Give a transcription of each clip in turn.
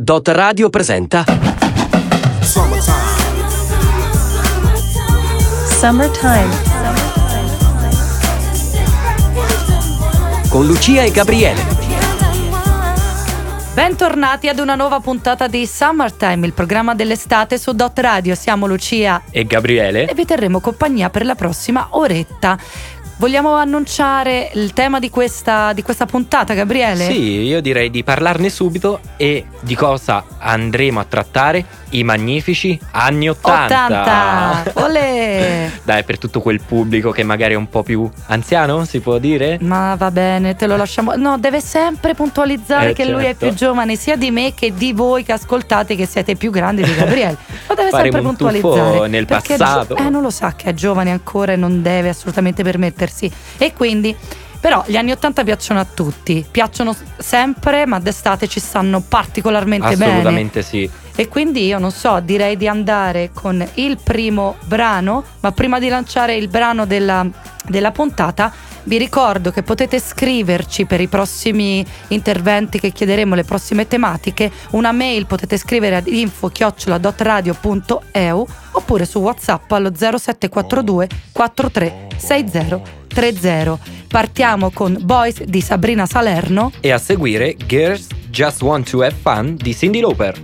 Dot Radio presenta Summertime con Lucia e Gabriele. Bentornati ad una nuova puntata di Summertime, il programma dell'estate su Dot Radio. Siamo Lucia E Gabriele. e vi terremo compagnia per la prossima oretta. Vogliamo annunciare il tema di questa puntata, Gabriele? Sì, io direi di parlarne subito. E di cosa andremo a trattare? I magnifici anni 80. Olè! Dai, per tutto quel pubblico che magari è un po' più anziano, si può dire? Ma va bene, te lo lasciamo. No, deve sempre puntualizzare che lui è certo. più giovane sia di me che di voi che ascoltate, che siete più grandi di Gabriele. Lo deve Faremo sempre un tuffo puntualizzare nel perché passato. non lo sa che è giovane ancora e non deve assolutamente permettersi. E quindi, però, gli anni 80 piacciono a tutti, piacciono sempre, ma d'estate ci stanno particolarmente bene. Assolutamente sì. E quindi io non so, direi di andare con il primo brano, ma prima di lanciare il brano della puntata vi ricordo che potete scriverci per i prossimi interventi che chiederemo, le prossime tematiche, una mail potete scrivere ad info@dotradio.eu oppure su WhatsApp allo 0742 43 6030. Partiamo con Boys di Sabrina Salerno E a seguire Girls Just Want to Have Fun di Cyndi Lauper.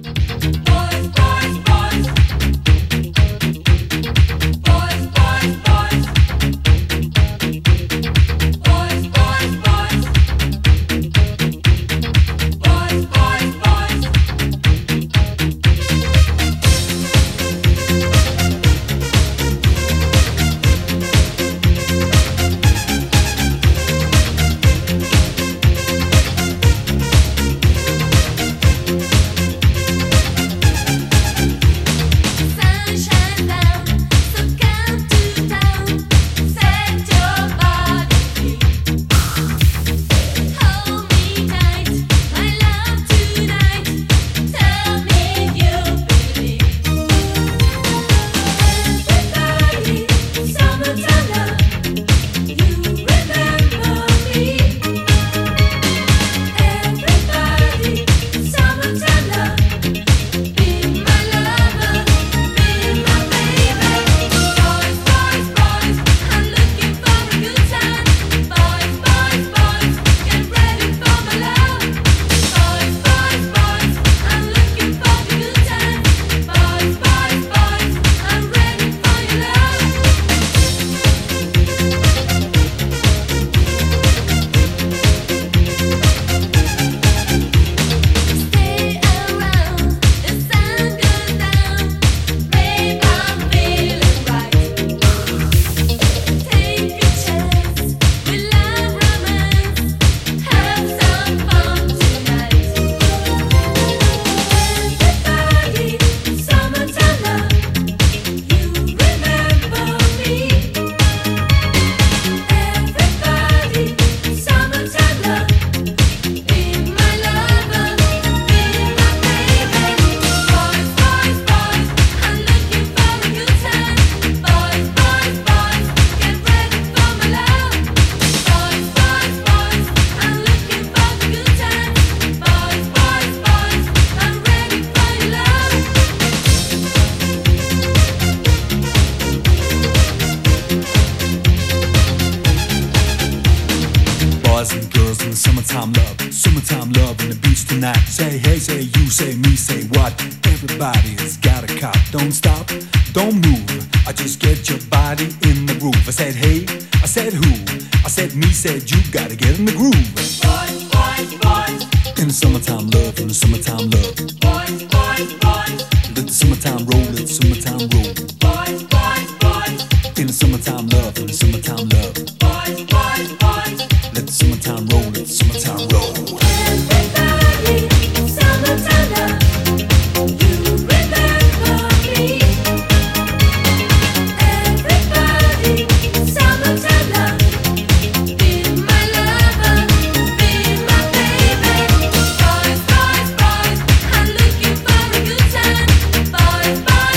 Summertime love on the beach tonight. Say hey, say you, say me, say what? Everybody's got a cop. Don't stop, don't move. I just get your body in the groove. I said hey, I said who? I said me, said you. Gotta get in the groove. Boys, boys, boys. In the summertime love, in the summertime love. Boys, boys, boys. Let the summertime roll, let the summertime roll. Boys, boys, boys. In the summertime love, in the summertime love. Boys, boys, boys. Let the summertime roll, let the summertime roll. Everybody, summertime love. You remember me. Everybody, summertime love. Be my lover, be my baby. Boys, boys, boys. I'm looking for a good time. Boys, boys.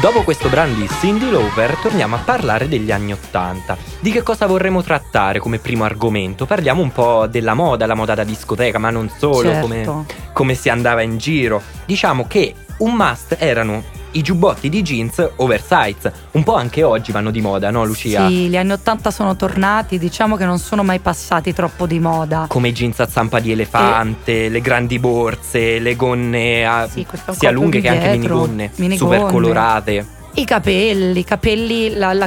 Dopo questo brano di Cyndi Lauper torniamo a parlare degli anni '80. Di che cosa vorremmo trattare come primo argomento? Parliamo un po' della moda, la moda da discoteca, ma non solo, Certo. come si andava in giro. Diciamo che un must erano i giubbotti di jeans oversize. Un po' anche oggi vanno di moda, no Lucia? Sì, gli anni '80 sono tornati, diciamo che non sono mai passati troppo di moda. Come i jeans a zampa di elefante, le grandi borse, le gonne Sì, questo è un sia po' più lunghe che anche indietro. minigonne, Minigonne. super colorate. I capelli,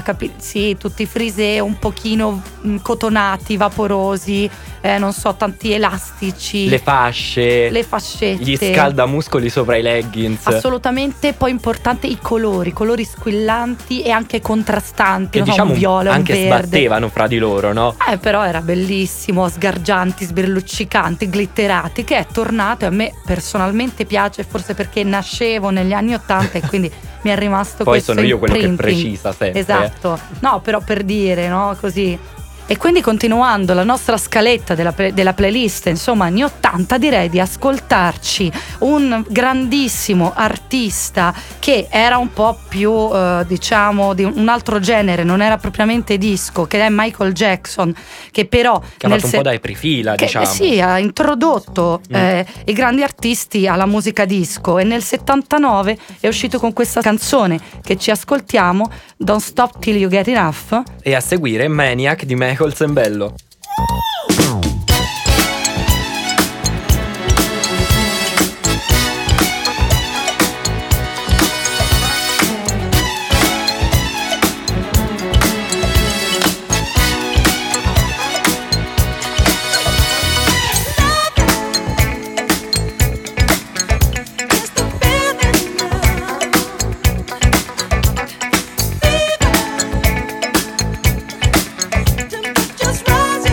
sì, tutti i frisé un pochino cotonati, vaporosi, non so, tanti elastici, Le fasce, le fascette. gli scaldamuscoli sopra i leggings. Assolutamente, poi importante i colori squillanti e anche contrastanti, Che non so, diciamo un viola, un anche verde. sbattevano fra di loro, no? Però era bellissimo, sgargianti, sberluccicanti, glitterati, che è tornato e a me personalmente piace, forse perché nascevo negli anni '80 e quindi mi è rimasto Poi questo sono io quello che imprinting. precisa sempre. Esatto, no, però per dire, no, così. E quindi continuando la nostra scaletta della playlist, insomma, anni '80, direi di ascoltarci un grandissimo artista che era un po' più, diciamo, di un altro genere, non era propriamente disco, che è Michael Jackson, che però Che ha fatto un po' da aprifila, che, diciamo. sì, ha introdotto i grandi artisti alla musica disco, e nel '79 è uscito con questa canzone che ci ascoltiamo, Don't Stop Till You Get Enough. E a seguire Maniac di Michael Sembello. Just rise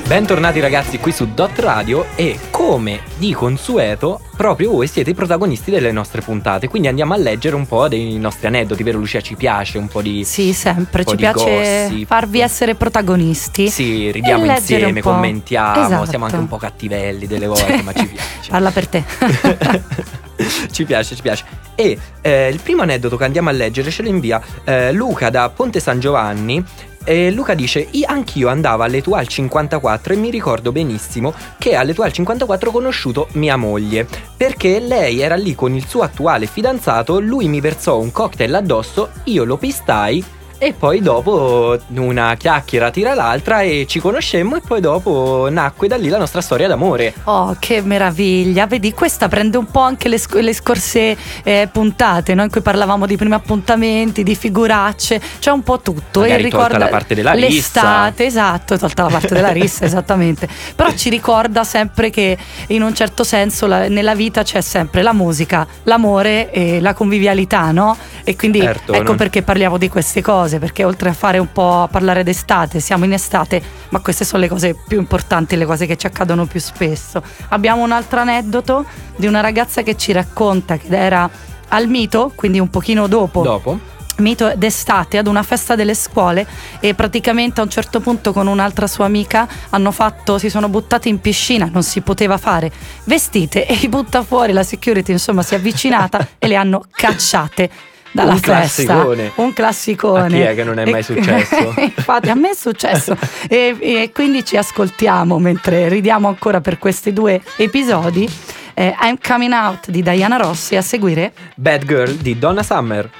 Bentornati ragazzi qui su Dot Radio e come di consueto proprio voi siete i protagonisti delle nostre puntate, quindi andiamo a leggere un po' dei nostri aneddoti, vero Lucia? Ci piace un po' di... Sì, sempre, un po' ci di piace gossip. farvi essere protagonisti. Sì, ridiamo e leggere insieme, un po'. commentiamo, Esatto. siamo anche un po' cattivelli delle volte, ma ci piace. Parla per te. Ci piace, ci piace. E il primo aneddoto che andiamo a leggere ce lo invia Luca da Ponte San Giovanni. E Luca dice: anch'io andavo all'Etoile 54 e mi ricordo benissimo che all'Etoile 54 ho conosciuto mia moglie, perché lei era lì con il suo attuale fidanzato, lui mi versò un cocktail addosso, io lo pistai e poi dopo una chiacchiera tira l'altra e ci conoscemmo e poi dopo nacque da lì la nostra storia d'amore. Oh, che meraviglia. Vedi, questa prende un po' anche le scorse puntate, no? In cui parlavamo di primi appuntamenti, di figuracce, c'è un po' tutto. Magari e ricorda tolta la parte della rissa. l'estate, esatto, tolta la parte della rissa, esattamente. Però ci ricorda sempre che in un certo senso nella vita c'è sempre la musica, l'amore e la convivialità, no? E quindi Certo, ecco non- perché parliamo di queste cose, perché oltre a fare un po' a parlare d'estate, siamo in estate, ma queste sono le cose più importanti, le cose che ci accadono più spesso. Abbiamo un altro aneddoto di una ragazza che ci racconta che era al Mito, quindi un pochino dopo Mito d'estate, ad una festa delle scuole, e praticamente a un certo punto con un'altra sua amica si sono buttati in piscina, non si poteva fare, vestite, e li butta fuori la security, insomma si è avvicinata e le hanno cacciate dalla Un festa. classicone. Un classicone. A chi è che non è mai successo? Infatti a me è successo e quindi ci ascoltiamo mentre ridiamo ancora per questi due episodi. I'm Coming Out di Diana Rossi, a seguire Bad Girl di Donna Summer.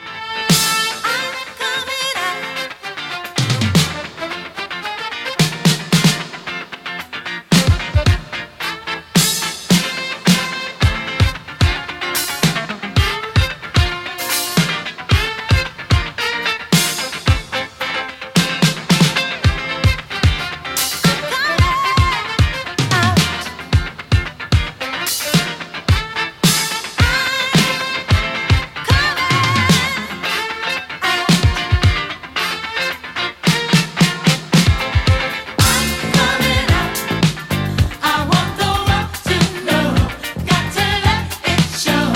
I want the world to know, got to let it show.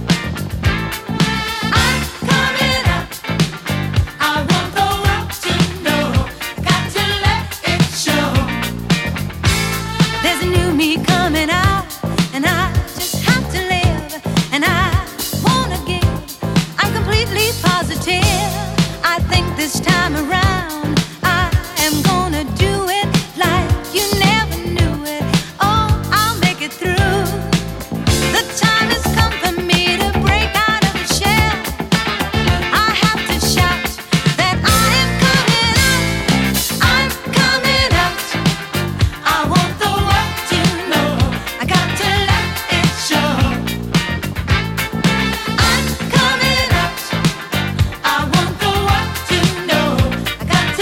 I'm coming out. I want the world to know, got to let it show. There's a new me coming out, and I just have to live, and I wanna give. I'm completely positive. I think this time around I am gonna do it like you never knew it. Oh, I'll make it through. The time has come for me to break out of the shell. I have to shout that I am coming out. I'm coming out. I want the world to know. I got to let it show. I'm coming out. I want the world to know. I got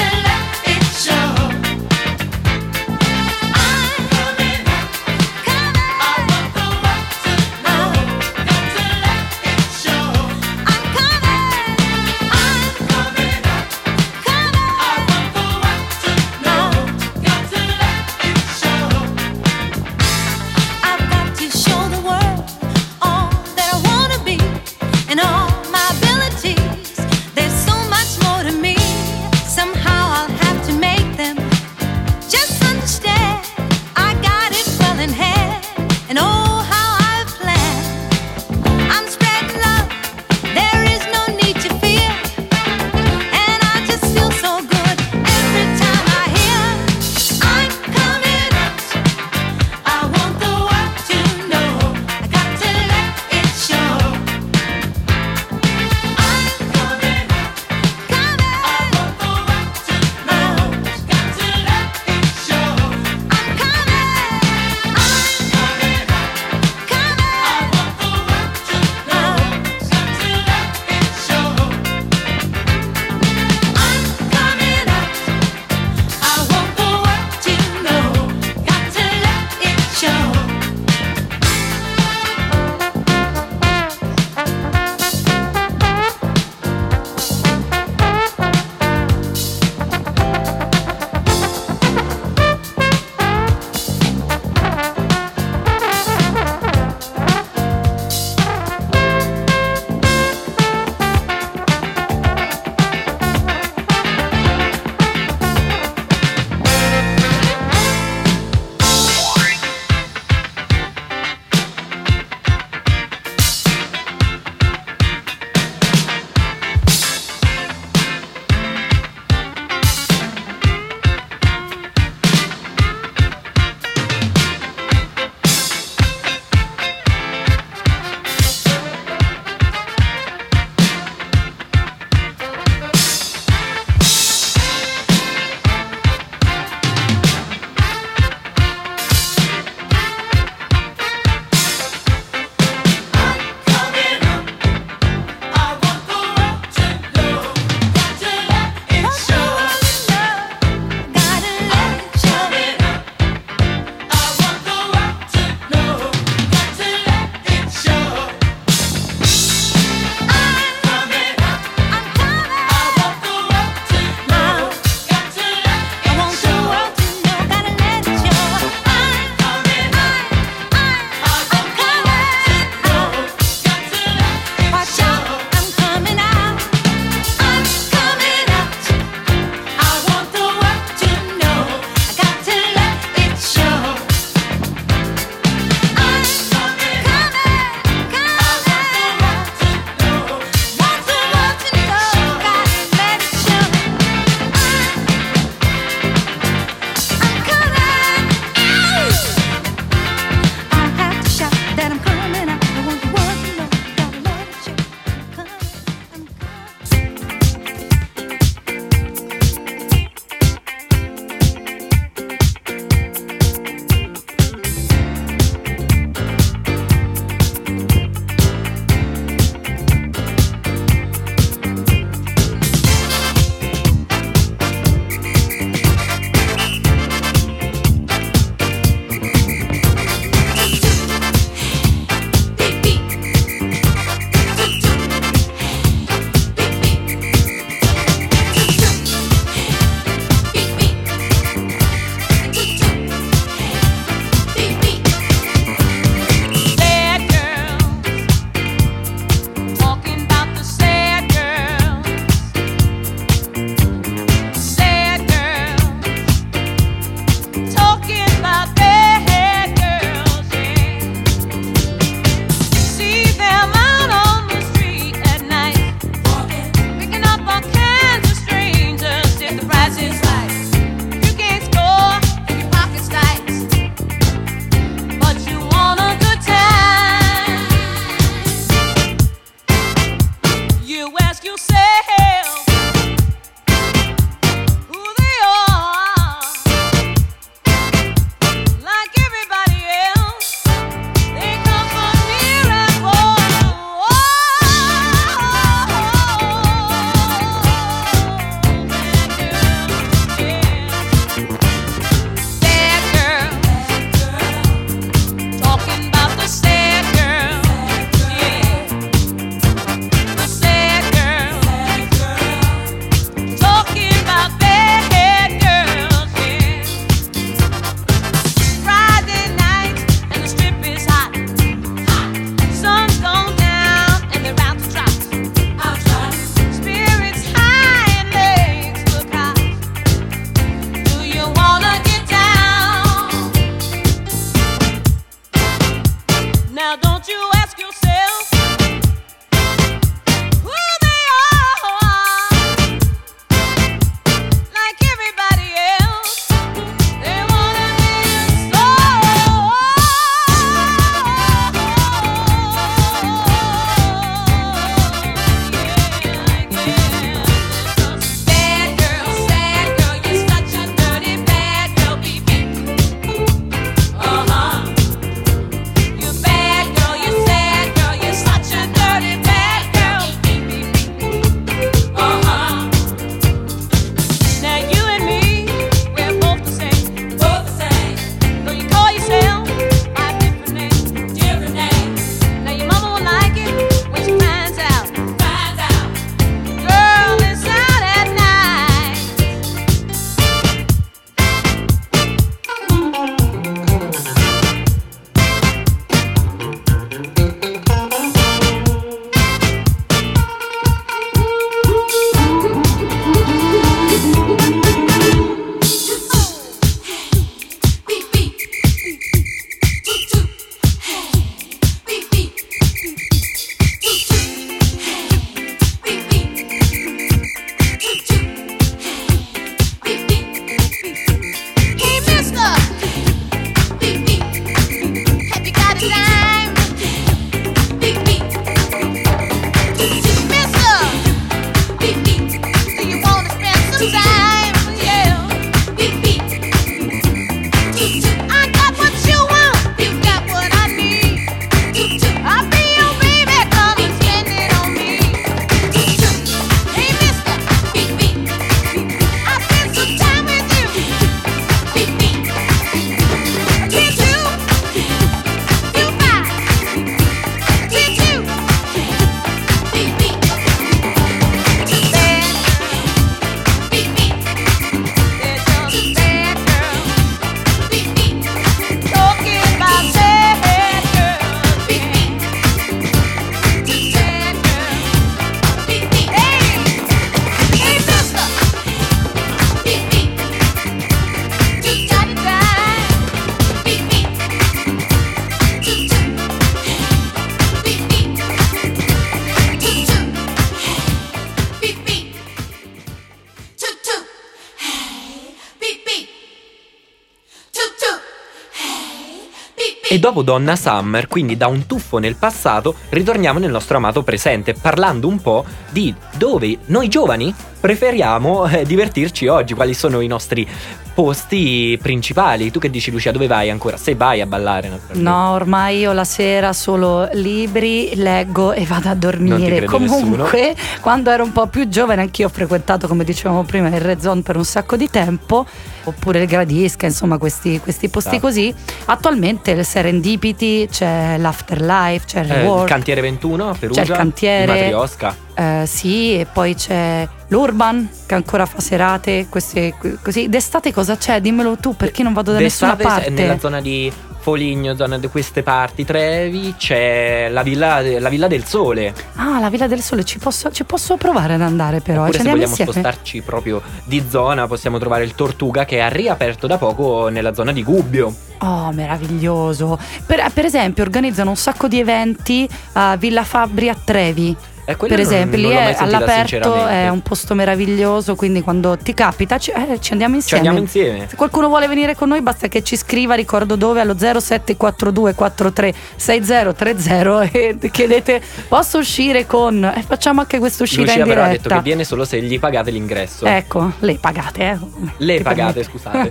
E dopo Donna Summer, quindi da un tuffo nel passato, ritorniamo nel nostro amato presente, parlando un po' di dove noi giovani preferiamo divertirci oggi, quali sono i nostri posti principali. Tu che dici, Lucia, dove vai ancora? Se vai a ballare, naturalmente. No, ormai io la sera solo libri, leggo e vado a Non ti dormire. crede Comunque, quando ero un po' più giovane, anch'io ho frequentato, come dicevamo prima, il Red Zone per un sacco di tempo, oppure il Gradisca, insomma questi posti Esatto. così. Attualmente il Serendipity, c'è l'Afterlife, c'è il Il Reward, Cantiere 21 a Perugia, c'è il Cantiere. di Matrioska. sì, e poi c'è l'Urban che ancora fa serate, queste così. D'estate cosa c'è? Dimmelo tu, perché non vado da nessuna D'estate parte. nella zona di Foligno, zona di queste parti, Trevi, c'è la Villa del Sole. Ah, la Villa del Sole, ci posso provare ad andare però. Oppure Ci se andiamo vogliamo insieme? spostarci proprio di zona, possiamo trovare il Tortuga, che ha riaperto da poco nella zona di Gubbio. Oh, meraviglioso. Per esempio, organizzano un sacco di eventi a Villa Fabbri a Trevi. Quello Per esempio, non lì l'ho mai è sentita, all'aperto, sinceramente. è un posto meraviglioso, quindi quando ti capita ci andiamo Ci insieme. andiamo insieme. Se qualcuno vuole venire con noi basta che ci scriva, ricordo dove, allo 0742 43 6030 e chiedete posso uscire con... E facciamo anche questa uscita Lucia in però ha diretta. detto che viene solo se gli pagate l'ingresso. Ecco, le pagate, Le pagate, scusate.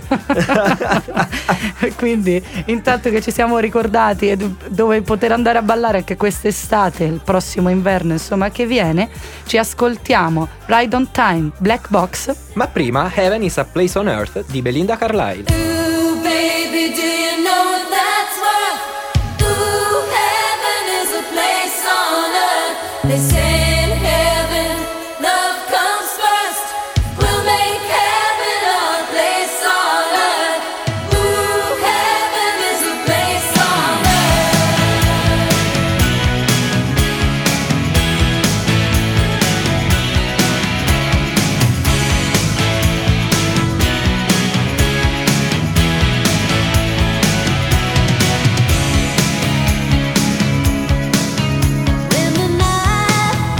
Quindi intanto che ci siamo ricordati dove poter andare a ballare anche quest'estate, il prossimo inverno insomma che viene, ci ascoltiamo Ride on Time, Black Box. Ma prima Heaven is a Place on Earth di Belinda Carlisle. Ooh, baby, do you know what that's worth? Ooh, heaven is a place on earth. They say in heaven, love comes first. We'll make heaven a place on earth. Ooh, heaven is a place on earth. When the night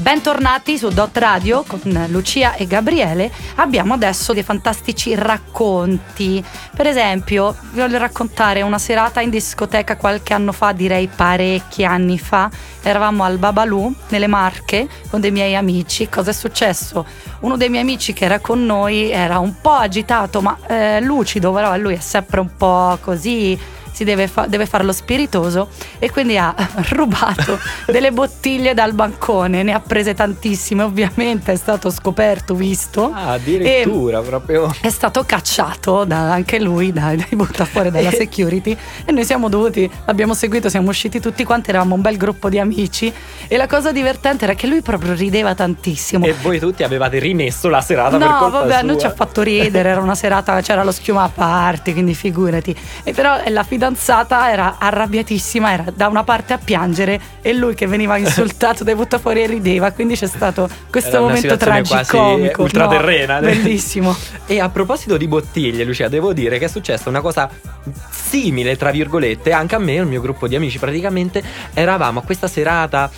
Bentornati su Dot Radio con Lucia e Gabriele. Abbiamo adesso dei fantastici racconti. Per esempio, vi voglio raccontare una serata in discoteca qualche anno fa, direi parecchi anni fa. Eravamo al Babalù nelle Marche con dei miei amici. Cosa è successo? Uno dei miei amici che era con noi era un po' agitato, ma lucido, però lui è sempre un po' così, deve fare lo spiritoso, e quindi ha rubato delle bottiglie dal bancone, ne ha prese tantissime, ovviamente è stato scoperto, visto, addirittura proprio è stato cacciato anche lui, dai butta fuori dalla security, e noi l'abbiamo seguito, siamo usciti tutti quanti, eravamo un bel gruppo di amici, e la cosa divertente era che lui proprio rideva tantissimo. E voi tutti avevate rimesso la serata per colpa vabbè, sua. a noi ci ha fatto ridere, era una serata, c'era lo schiuma party, quindi figurati. E però la fidanzata era arrabbiatissima, era da una parte a piangere e lui che veniva insultato dai buttafuori e rideva, quindi c'è stato questo momento tragicomico, ultraterrena, bellissimo. E a proposito di bottiglie, Lucia, devo dire che è successa una cosa simile, tra virgolette, anche a me e al mio gruppo di amici. Praticamente eravamo a questa serata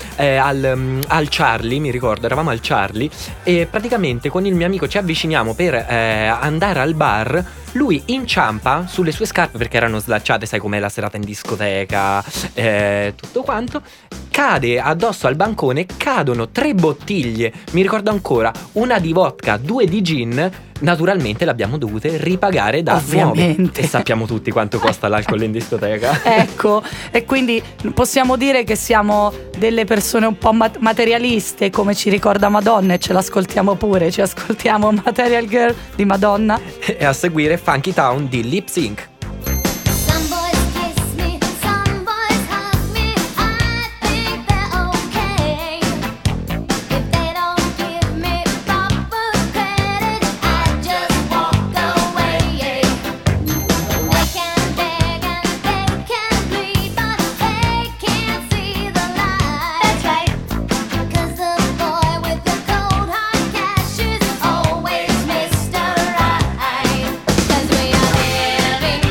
al Charlie, mi ricordo, eravamo al Charlie, e praticamente con il mio amico ci avviciniamo per andare al bar. Lui inciampa sulle sue scarpe perché erano slacciate, sai com'è la serata in discoteca, tutto quanto. Cade addosso al bancone, cadono 3 bottiglie, mi ricordo ancora, una di vodka, 2 di gin. Naturalmente l'abbiamo dovute ripagare da ovviamente nuovo. E sappiamo tutti quanto costa l'alcol in discoteca. Ecco, e quindi possiamo dire che siamo delle persone un po' materialiste, come ci ricorda Madonna, e ce l'ascoltiamo pure. Ci ascoltiamo Material Girl di Madonna e a seguire Funky Town di Lip Sync. Always Mr. Right, 'cause we are living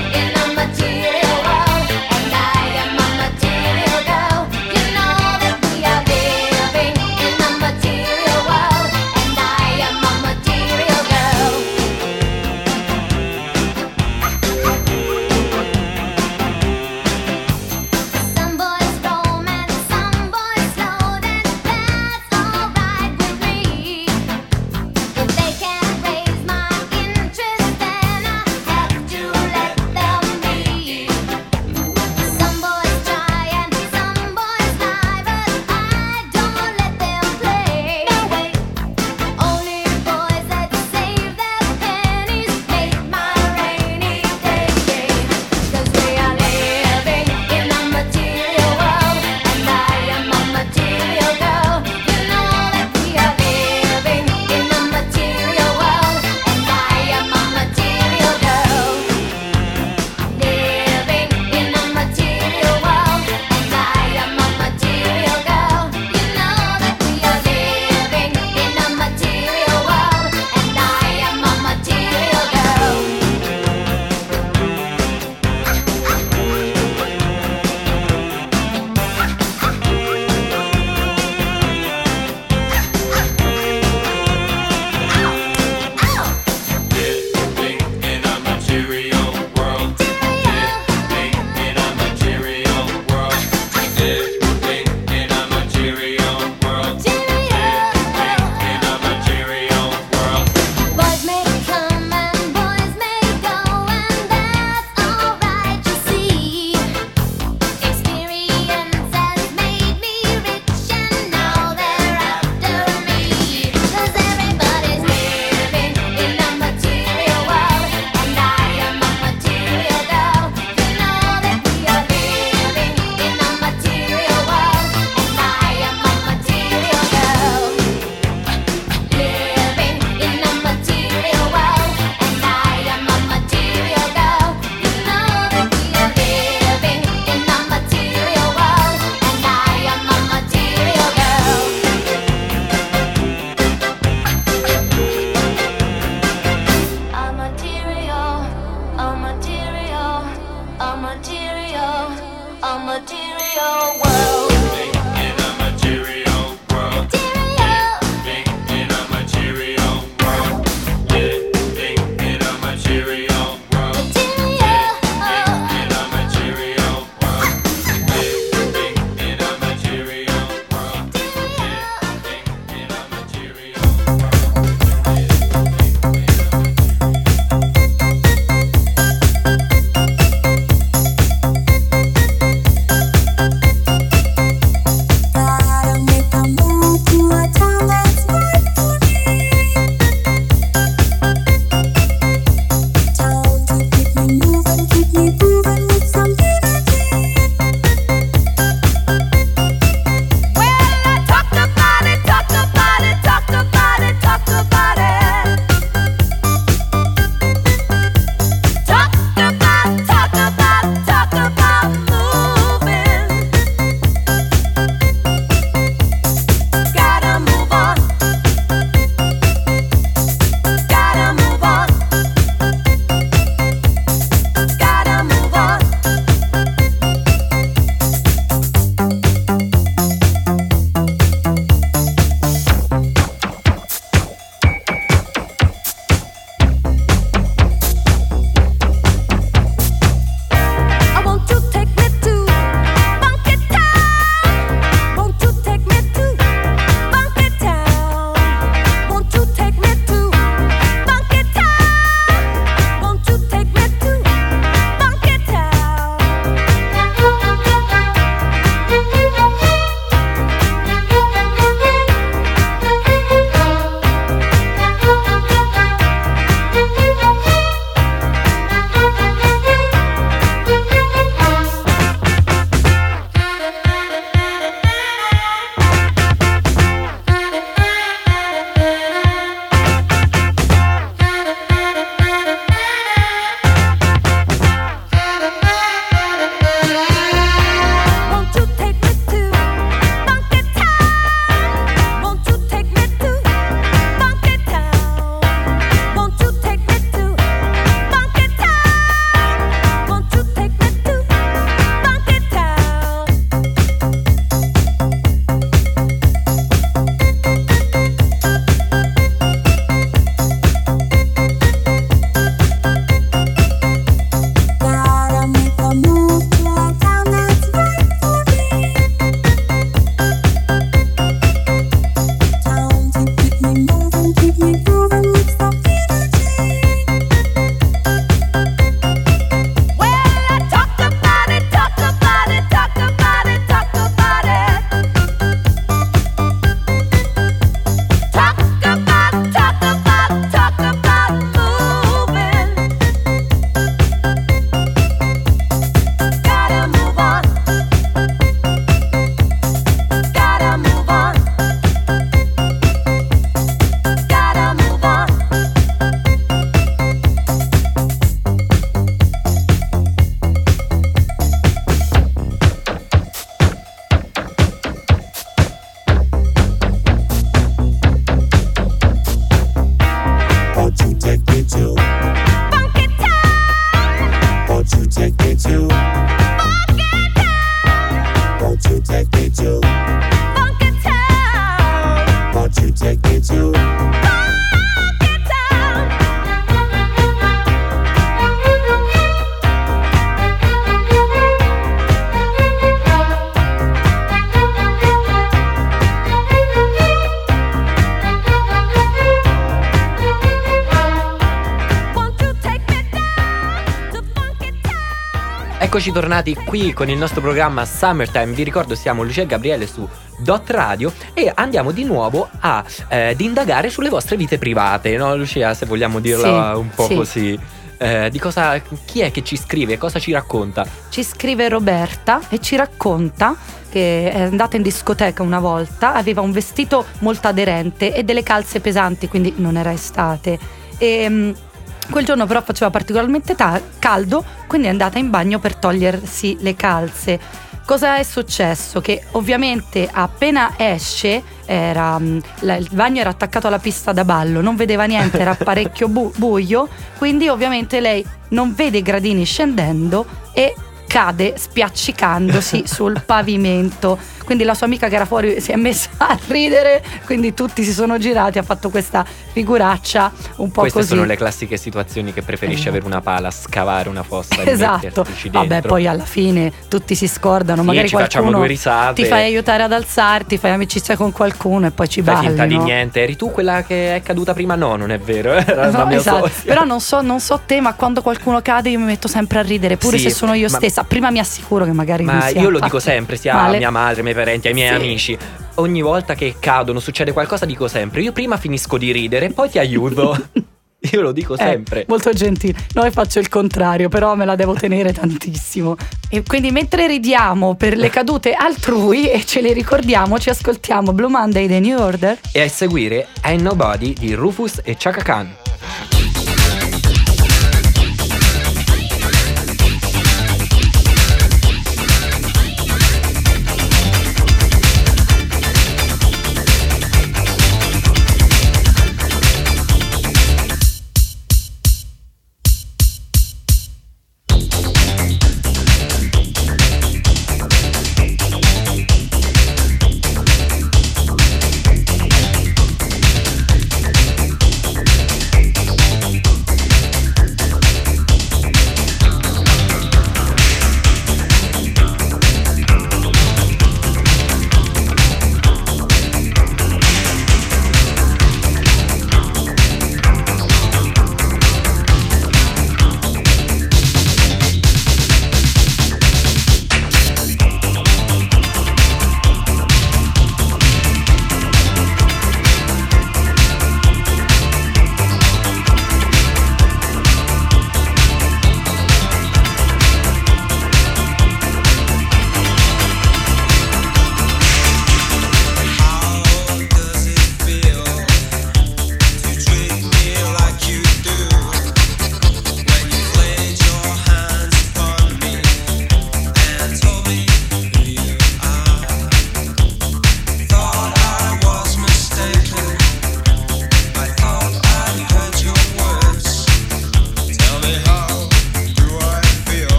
Eccoci tornati qui con il nostro programma Summertime. Vi ricordo, siamo Lucia e Gabriele su Dot Radio e andiamo di nuovo ad indagare sulle vostre vite private, no Lucia, se vogliamo dirla un po' così. Di cosa, chi è che ci scrive, cosa ci racconta? Ci scrive Roberta e ci racconta che è andata in discoteca una volta, aveva un vestito molto aderente e delle calze pesanti, quindi non era estate, e quel giorno però faceva particolarmente caldo, quindi è andata in bagno per togliersi le calze. Cosa è successo? Che ovviamente appena esce il bagno era attaccato alla pista da ballo, non vedeva niente, era parecchio buio, quindi ovviamente lei non vede i gradini scendendo e cade spiaccicandosi sul pavimento. Quindi la sua amica che era fuori si è messa a ridere, quindi tutti si sono girati, ha fatto questa figuraccia un po' Queste così. sono le classiche situazioni che preferisce avere una pala, scavare una fossa e esatto. metterci dentro. Vabbè, poi alla fine tutti si scordano, sì, magari ci facciamo qualcuno due risate, ti fai aiutare ad alzarti, fai amicizia con qualcuno e poi ci balli. Fai finta di no? niente. Eri tu quella che è caduta prima? No, non è vero. Era la mia esatto. socia. Però non so te, ma quando qualcuno cade io mi metto sempre a ridere, pure se sono io stessa. Prima mi assicuro che magari non sia. Ma io lo dico sempre, sia male. a mia madre, ai miei parenti, ai miei amici. Ogni volta che cadono, succede qualcosa, dico sempre: io prima finisco di ridere, poi ti aiuto. Io lo dico sempre. Molto gentile. Noi faccio il contrario, però me la devo tenere tantissimo. E quindi mentre ridiamo per le cadute altrui e ce le ricordiamo, ci ascoltiamo Blue Monday dei New Order e a seguire Ain't Nobody di Rufus e Chaka Khan.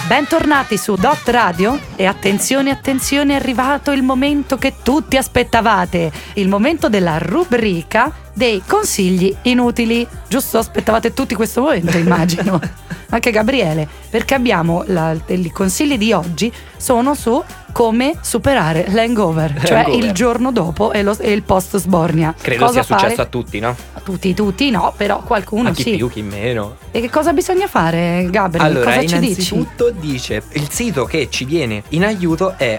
Bentornati su Dot Radio e attenzione, attenzione, è arrivato il momento che tutti aspettavate, il momento della rubrica dei consigli inutili. Giusto? Aspettavate tutti questo momento, immagino. Anche Gabriele, perché abbiamo i consigli di oggi sono su come superare l'hangover, cioè il giorno dopo e il post sbornia. Credo sia successo a tutti, no? Tutti no, però qualcuno a chi sì. più, chi meno. E che cosa bisogna fare, Gabriele? Allora, cosa ci dici? innanzitutto dice il sito che ci viene in aiuto è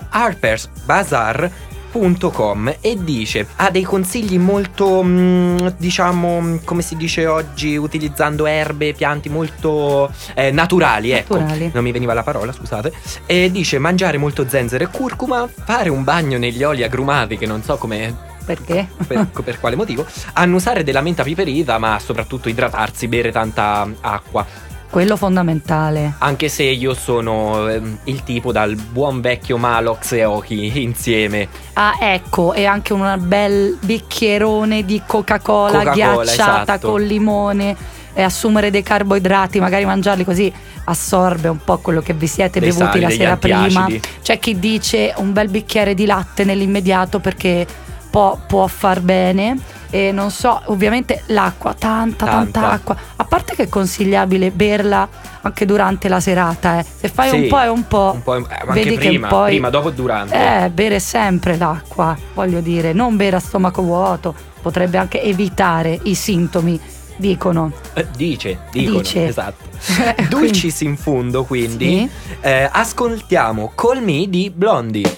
harpersbazaar.com e dice ha dei consigli molto diciamo, come si dice oggi, utilizzando erbe, pianti molto naturali, ecco, non mi veniva la parola, scusate. E dice mangiare molto zenzero e curcuma, fare un bagno negli oli agrumati, che non so come. Perché? Per quale motivo? Annusare della menta piperita, ma soprattutto idratarsi, bere tanta acqua. Quello fondamentale. Anche se io sono il tipo dal buon vecchio Malox e Oki insieme. Ah, ecco, e anche un bel bicchierone di Coca-Cola ghiacciata, esatto, con limone, e assumere dei carboidrati, magari mangiarli così assorbe un po' quello che vi siete dei bevuti sali, la degli sera prima. antiacidi. C'è chi dice un bel bicchiere di latte nell'immediato perché può far bene. E non so, ovviamente l'acqua, tanta acqua. A parte che è consigliabile berla anche durante la serata, se fai sì, un po' e un po', anche vedi prima, che poi prima, dopo e durante. bere sempre l'acqua, voglio dire, non bere a stomaco vuoto, potrebbe anche evitare i sintomi, dicono. Dicono, esatto. Dulcis in fundo, quindi sì. Ascoltiamo Call Me di Blondie.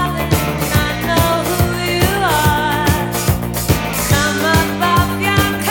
Come above your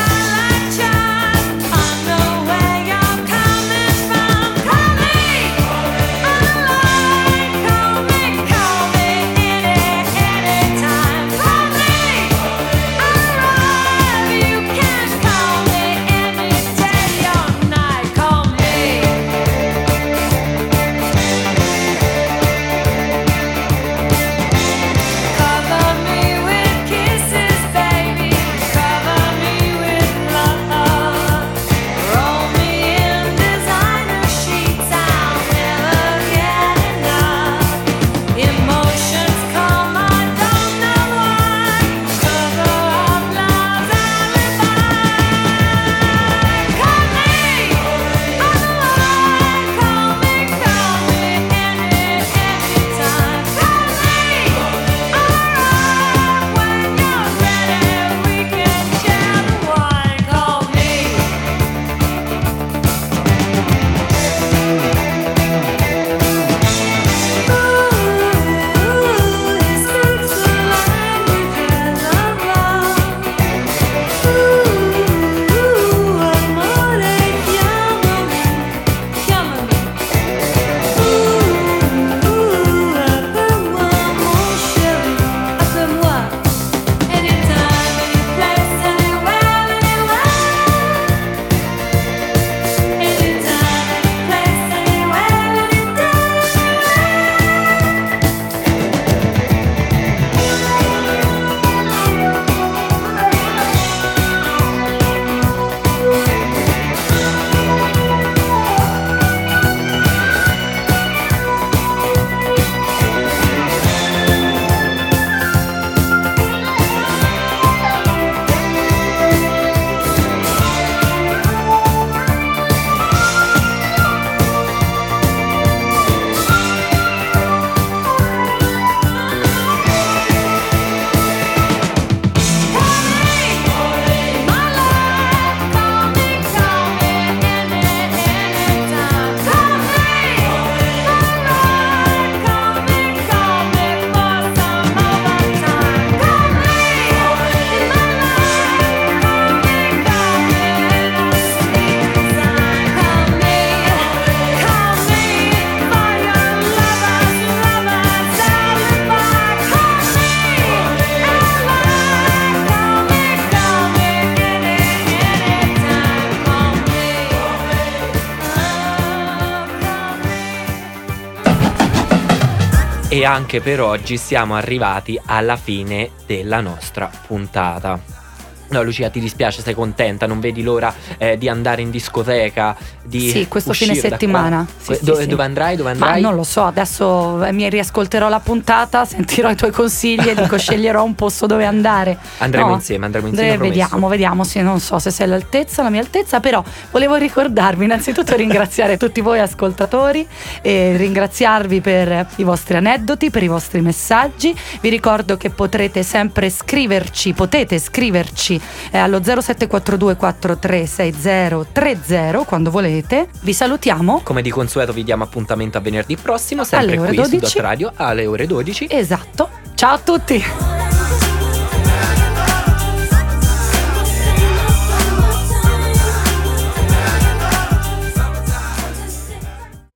E anche per oggi siamo arrivati alla fine della nostra puntata. No, Lucia, ti dispiace? Sei contenta? Non vedi l'ora di andare in discoteca? Sì, questo uscire fine da settimana. qua? Sì, Dove, sì. dove andrai? Dove Ma andrai? non lo so, adesso mi riascolterò la puntata, sentirò i tuoi consigli e dico sceglierò un posto dove andare. Andremo insieme, promesso. Vediamo, sì, non so se sei all'altezza, la mia altezza, però volevo ricordarvi innanzitutto ringraziare tutti voi ascoltatori e ringraziarvi per i vostri aneddoti, per i vostri messaggi. Vi ricordo che potete scriverci allo 0742 436030 quando volete. Vi salutiamo. Come di consueto vi diamo appuntamento a venerdì prossimo, sempre Alle ore qui su 12. Dot Radio alle ore 12. Esatto. Ciao a tutti.